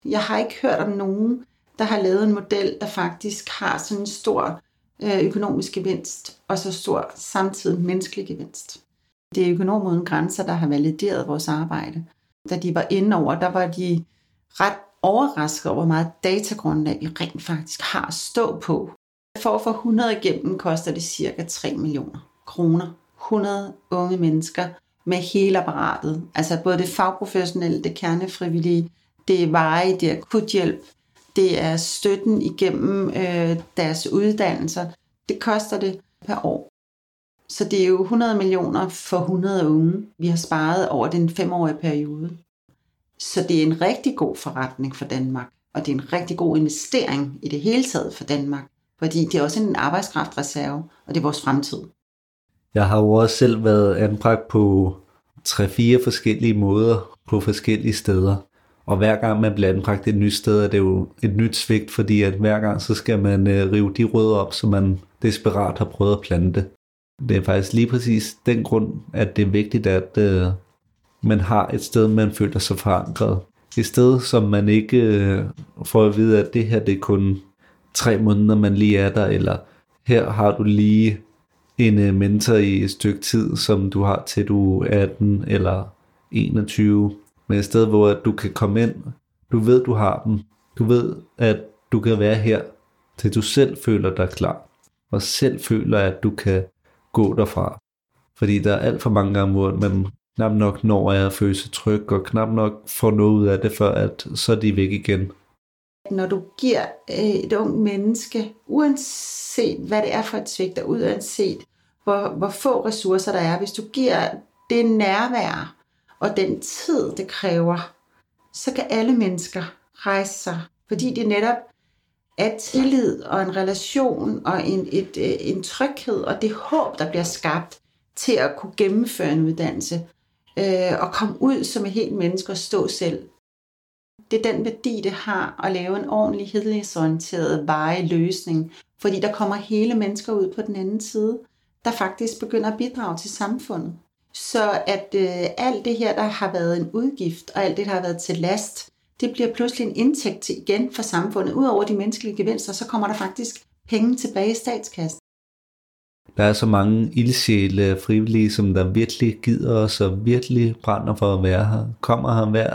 Jeg har ikke hørt om nogen, der har lavet en model, der faktisk har sådan en stor økonomisk gevinst, og så stor samtidig menneskelig gevinst. Det er Økonomer uden grænser, der har valideret vores arbejde. Da de var inde over, der var de ret overrasket over, hvor meget datagrundlag vi rent faktisk har at stå på. For at få 100 igennem, koster det ca. 3 millioner kroner. 100 unge mennesker med hele apparatet. Altså både det fagprofessionelle, det kernefrivillige, det er veje, det er akuthjælp, det er støtten igennem deres uddannelser. Det koster det per år. Så det er jo 100 millioner for 100 unge, vi har sparet over den 5-årige periode. Så det er en rigtig god forretning for Danmark, og det er en rigtig god investering i det hele taget for Danmark, fordi det er også en arbejdskraftreserve, og det er vores fremtid. Jeg har jo også selv været anbragt på 3-4 forskellige måder på forskellige steder. Og hver gang man bliver anbragt et nyt sted, er det jo et nyt svigt, fordi at hver gang så skal man rive de rødder op, som man desperat har prøvet at plante. Det er faktisk lige præcis den grund, at det er vigtigt, at man har et sted, man føler sig forankret. Et sted, som man ikke får at vide, at det her det er kun 3 måneder, man lige er der, eller her har du lige en mentor i et stykke tid, som du har til du er 18 eller 21. Men et sted, hvor du kan komme ind, du ved, du har dem. Du ved, at du kan være her, til du selv føler dig klar, og selv føler, at du kan gå derfra. Fordi der er alt for mange gange, hvor man knap nok når at føle sig tryg, og knap nok får noget ud af det, før at så er de væk igen. Når du giver et ungt menneske, uanset hvad det er for et svigt, og uanset hvor få ressourcer der er, hvis du giver det nærvær og den tid, det kræver, så kan alle mennesker rejse sig. Fordi det netop er tillid og en relation og en tryghed og det håb, der bliver skabt til at kunne gennemføre en uddannelse og komme ud som et helt menneske og stå selv. Det er den værdi, det har at lave en ordentlig helhedsorienteret varig løsning, fordi der kommer hele mennesker ud på den anden side, der faktisk begynder at bidrage til samfundet. Så at alt det her, der har været en udgift, og alt det, der har været til last, det bliver pludselig en indtægt igen for samfundet. Udover de menneskelige gevinster, så kommer der faktisk penge tilbage i statskassen. Der er så mange ildsjæle frivillige, som der virkelig gider os og virkelig brænder for at være her. Kommer her hver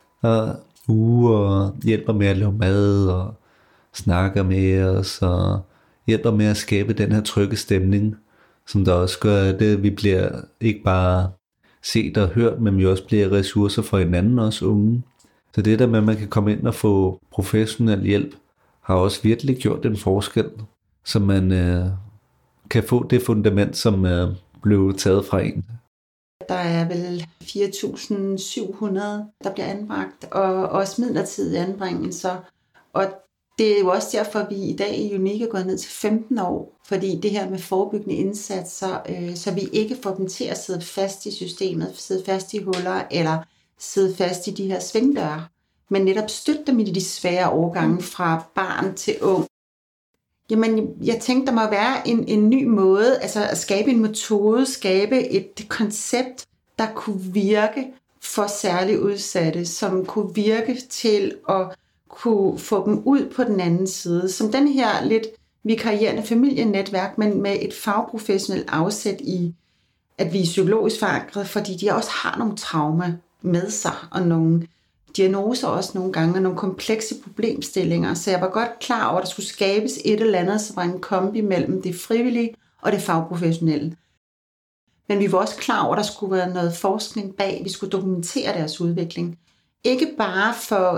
uge og hjælper med at lave mad og snakker med os og hjælper med at skabe den her trygge stemning, som der også gør, at vi bliver ikke bare set og hørt, men vi også bliver ressourcer for hinanden, også unge. Så det der med, at man kan komme ind og få professionel hjælp, har også virkelig gjort en forskel, så man kan få det fundament, som blev taget fra en. Der er vel 4.700, der bliver anbragt, og også midlertidige anbringelser. Og det er jo også derfor, at vi i dag i Unik er gået ned til 15 år, fordi det her med forebyggende indsatser, så vi ikke får dem til at sidde fast i systemet, sidde fast i huller eller sidde fast i de her svingdøre, men netop støtte dem i de svære overgange fra barn til ung. Jamen, jeg tænkte, der må være en ny måde, altså at skabe en metode, skabe et koncept, der kunne virke for særligt udsatte, som kunne virke til at kunne få dem ud på den anden side. Som den her lidt vikarierende familienetværk, men med et fagprofessionelt afsæt i, at vi er psykologisk forankret, fordi de også har nogle traumer med sig, og nogle diagnoser også nogle gange, og nogle komplekse problemstillinger. Så jeg var godt klar over, at der skulle skabes et eller andet, som var en kombi mellem det frivillige og det fagprofessionelle. Men vi var også klar over, at der skulle være noget forskning bag. Vi skulle dokumentere deres udvikling. Ikke bare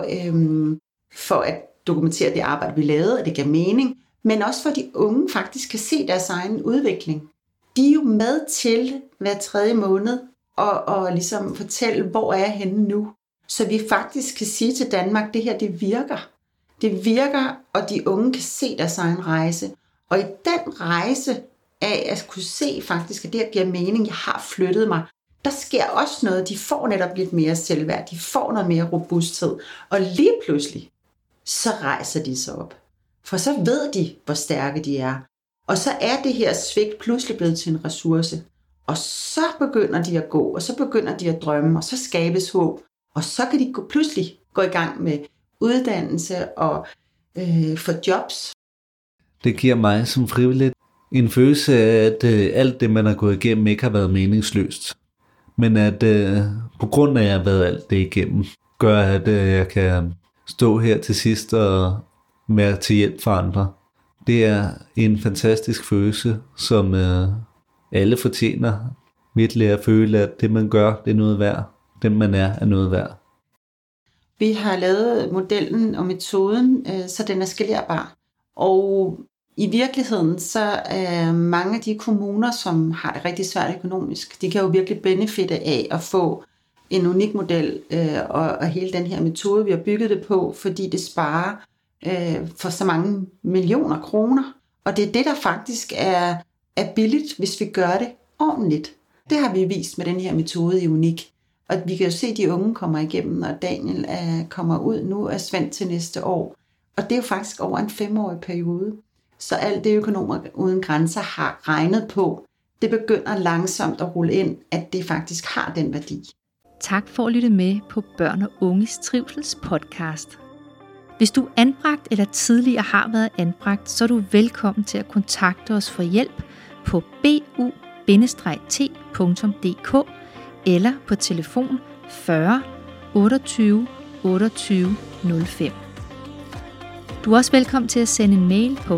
for at dokumentere det arbejde, vi lavede, at det gav mening, men også for at de unge faktisk kan se deres egen udvikling. De er jo med til hver 3. måned og ligesom fortælle, hvor er jeg henne nu. Så vi faktisk kan sige til Danmark, at det her, det virker. Det virker, og de unge kan se deres egen rejse. Og i den rejse af at kunne se faktisk, at det her giver mening, jeg har flyttet mig, der sker også noget. De får netop lidt mere selvværd, de får noget mere robusthed. Og lige pludselig, så rejser de sig op. For så ved de, hvor stærke de er. Og så er det her svigt pludselig blevet til en ressource. Og så begynder de at gå, og så begynder de at drømme, og så skabes håb. Og så kan de pludselig gå i gang med uddannelse og få jobs. Det giver mig som frivillig en følelse af, at alt det, man har gået igennem, ikke har været meningsløst. Men at på grund af, at jeg har været alt det igennem, gør, at jeg kan stå her til sidst og være til hjælp for andre. Det er en fantastisk følelse, som alle fortjener. Virkelig at føle, at det man gør, det er noget værd. Den man er noget værd. Vi har lavet modellen og metoden, så den er skalerbar. Og i virkeligheden, så er mange af de kommuner, som har det rigtig svært økonomisk, de kan jo virkelig benefitte af at få en unik model og hele den her metode, vi har bygget det på, fordi det sparer for så mange millioner kroner. Og det er det, der faktisk er billigt, hvis vi gør det ordentligt. Det har vi vist med den her metode i Unik. Og vi kan jo se, at de unge kommer igennem, og Daniel kommer ud nu af Svend til næste år. Og det er jo faktisk over en 5-årig periode. Så alt det Økonomer Uden Grænser har regnet på, det begynder langsomt at rulle ind, at det faktisk har den værdi. Tak for at lytte med på Børn og Unges Trivsels podcast. Hvis du er anbragt eller tidligere har været anbragt, så er du velkommen til at kontakte os for hjælp på bu-t.dk eller på telefon 40 28 28 05. Du er også velkommen til at sende en mail på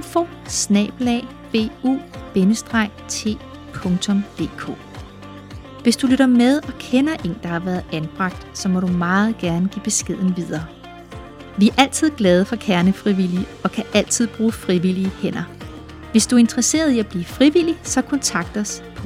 info@bu-t.dk. Hvis du lytter med og kender en, der har været anbragt, så må du meget gerne give beskeden videre. Vi er altid glade for kernefrivillige og kan altid bruge frivillige hænder. Hvis du er interesseret i at blive frivillig, så kontakt os på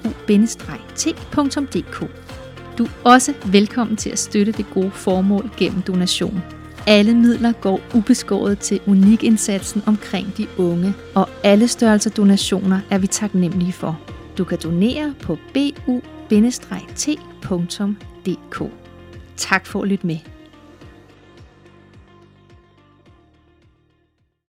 bu-t.dk. Du er også velkommen til at støtte det gode formål gennem donation. Alle midler går ubeskåret til Unik-indsatsen omkring de unge, og alle størrelser donationer er vi taknemmelige for. Du kan donere på bu-t.dk. Tak for at lytte med.